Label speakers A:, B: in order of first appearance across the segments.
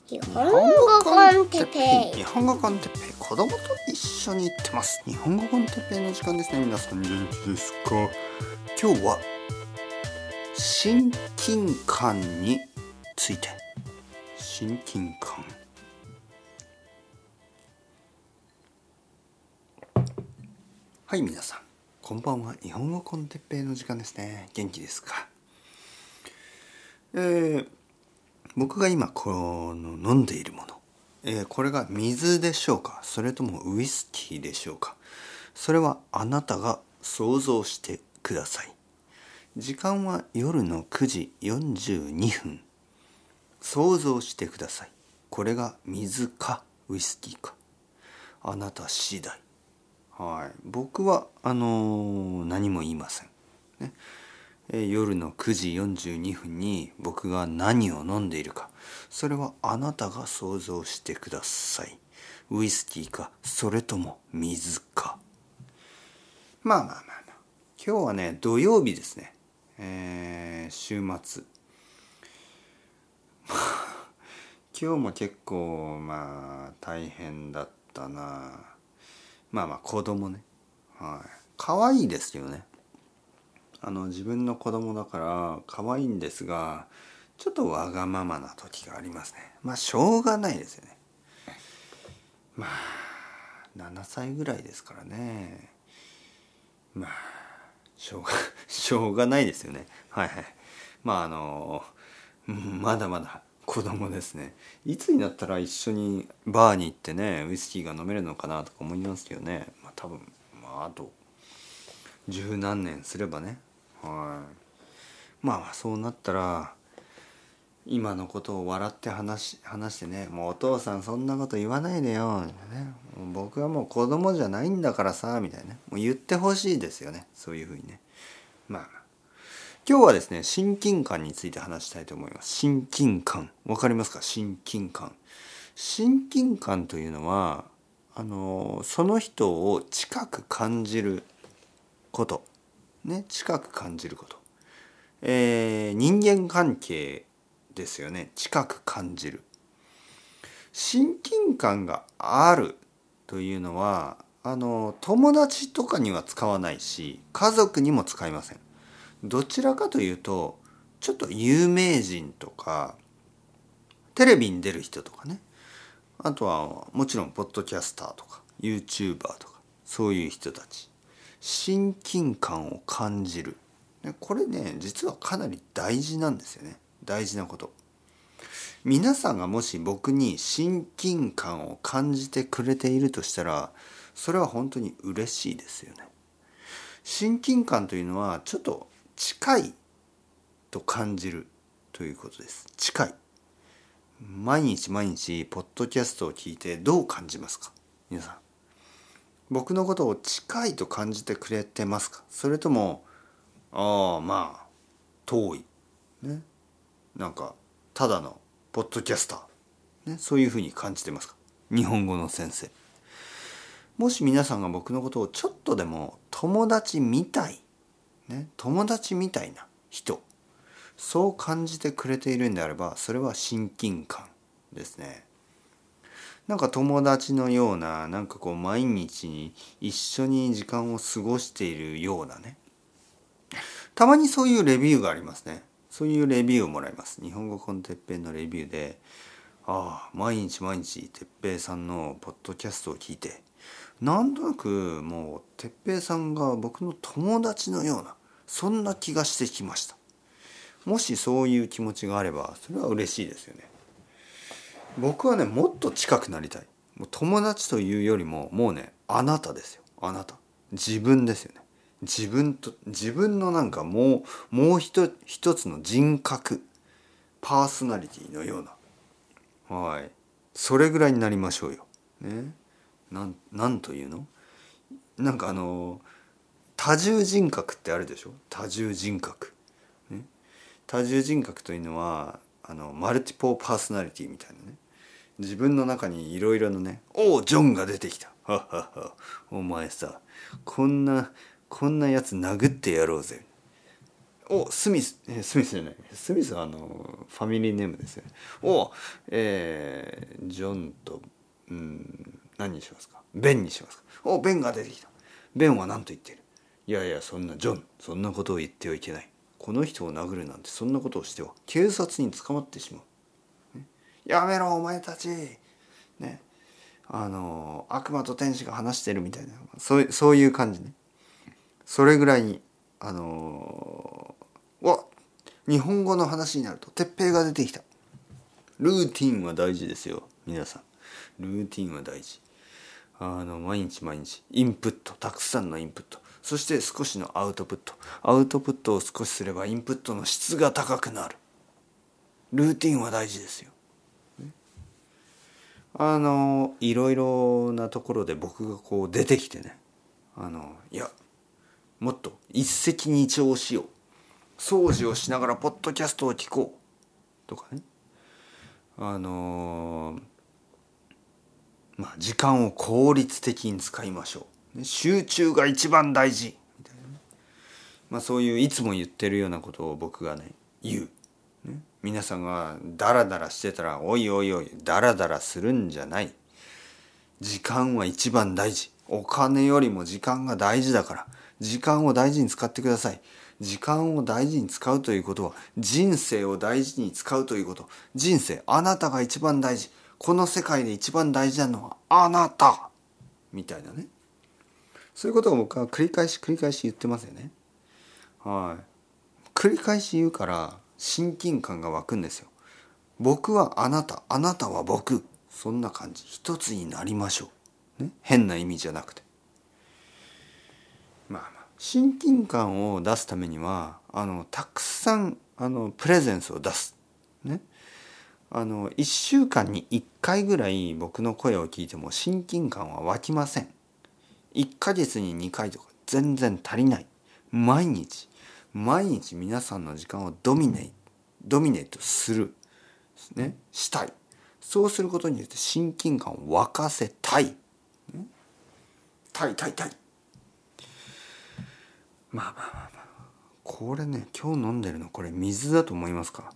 A: 日本語コンテッペイ。
B: 日本語コンテッペイ、子供と一緒に行ってます。日本語コンテッペイの時間ですね。皆さん元気ですか？今日は親近感について。親近感。はい、皆さんこんばんは。日本語コンテッペイの時間ですね。元気ですか？僕が今この飲んでいるもの、これが水でしょうか、それともウイスキーでしょうか。それはあなたが想像してください。時間は夜の9時42分。想像してください。これが水かウイスキーか、あなた次第。はい、僕は何も言いません、ね。夜の9時42分に僕が何を飲んでいるか、それはあなたが想像してください。ウイスキーか、それとも水か。まあ今日はね、土曜日ですね。週末今日も結構大変だったな。子供ね、はい、可愛いですよね。自分の子供だから可愛いんですが、ちょっとわがままな時がありますね。しょうがないですよね。7歳ぐらいですからね。しょうがないですよね。はいはい。まだまだ子供ですね。いつになったら一緒にバーに行ってね、ウイスキーが飲めるのかなとか思いますよね。多分あと十何年すればね。はい。そうなったら今のことを笑って話してね、もうお父さんそんなこと言わないでよ、ね、僕はもう子供じゃないんだからさ、みたいなね、もう言ってほしいですよね。そういうふうにね。今日はですね、親近感について話したいと思います。親近感、わかりますか？親近感。親近感というのはその人を近く感じることね。近く感じること、人間関係ですよね。近く感じる。親近感があるというのは友達とかには使わないし、家族にも使いません。どちらかというとちょっと有名人とかテレビに出る人とかね、あとはもちろんポッドキャスターとか YouTuber とか、そういう人たち、親近感を感じる。これね、実はかなり大事なんですよね。大事なこと。皆さんがもし僕に親近感を感じてくれているとしたら、それは本当に嬉しいですよね。親近感というのはちょっと近いと感じるということです。近い。毎日ポッドキャストを聞いてどう感じますか？皆さん、僕のことを近いと感じてくれてますか？それとも遠いね、ただのポッドキャスター、ね、そういうふうに感じてますか？日本語の先生。もし皆さんが僕のことをちょっとでも友達みたい、ね、友達みたいな人、そう感じてくれているんであれば、それは親近感ですね。友達のような、毎日一緒に時間を過ごしているようなね。たまにそういうレビューがありますね。そういうレビューをもらいます。日本語コンテッペイのレビューで、毎日てっぺいさんのポッドキャストを聞いて、なんとなくもうてっぺいさんが僕の友達のような、そんな気がしてきました。もしそういう気持ちがあれば、それは嬉しいですよね。僕はね、もっと近くなりたい。もう友達というよりも、もうね、あなたですよ。あなた。自分ですよね。自分のもう一つの人格、パーソナリティのような。はい。それぐらいになりましょうよ。ね。なんというの？多重人格ってあるでしょ？多重人格。ね。多重人格というのは、マルチポーパーソナリティみたいなね。自分の中にいろいろのね、ジョンが出てきた。はっはっは。お前さ、こんなやつ殴ってやろうぜ。 おスミス、スミスじゃない、スミスはファミリーネームですよね。おジョンと何にしますか、ベンにしますか。おベンが出てきた。ベンは何と言っている。いやいや、そんなジョン、そんなことを言ってはいけない。この人を殴るなんて、そんなことをしては警察に捕まってしまう、ね、やめろお前たちね、悪魔と天使が話してるみたいな、そういう感じね。それぐらいに日本語の話になると鉄平が出てきた。ルーティンは大事ですよ皆さん。ルーティンは大事。毎日毎日インプット、たくさんのインプット、そして少しのアウトプット。アウトプットを少しすればインプットの質が高くなる。ルーティンは大事ですよ。いろいろなところで僕がこう出てきてね、いやもっと一石二鳥しよう、掃除をしながらポッドキャストを聞こうとかね、時間を効率的に使いましょう、集中が一番大事みたいな、そういういつも言ってるようなことを僕がね言う、皆さんがダラダラしてたら、おいおいおいダラダラするんじゃない。時間は一番大事。お金よりも時間が大事だから、時間を大事に使ってください。時間を大事に使うということは人生を大事に使うということ。人生、あなたが一番大事。この世界で一番大事なのはあなたみたいなね、そういうことを僕は繰り返し言ってますよね。繰り返し言うから親近感が湧くんですよ。僕はあなた、あなたは僕、そんな感じ。一つになりましょう、変な意味じゃなくて。親近感を出すためにはたくさんプレゼンスを出すね。1週間に1回ぐらい僕の声を聞いても親近感は湧きません。1ヶ月に2回とか全然足りない。毎日皆さんの時間をドミネートする、したい。そうすることによって親近感を沸かせたい。たい。これね、今日飲んでるのこれ水だと思いますか、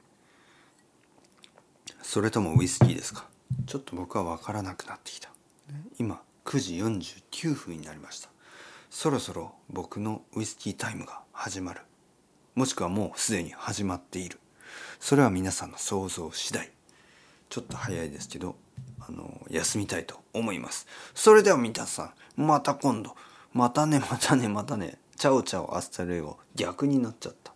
B: それともウイスキーですか。ちょっと僕は分からなくなってきた。今9時49分になりました。そろそろ僕のウイスキータイムが始まる、もしくはもうすでに始まっている。それは皆さんの想像次第。ちょっと早いですけど休みたいと思います。それでは皆さん、また今度。またね。チャオチャオアスタルエゴ、逆になっちゃった。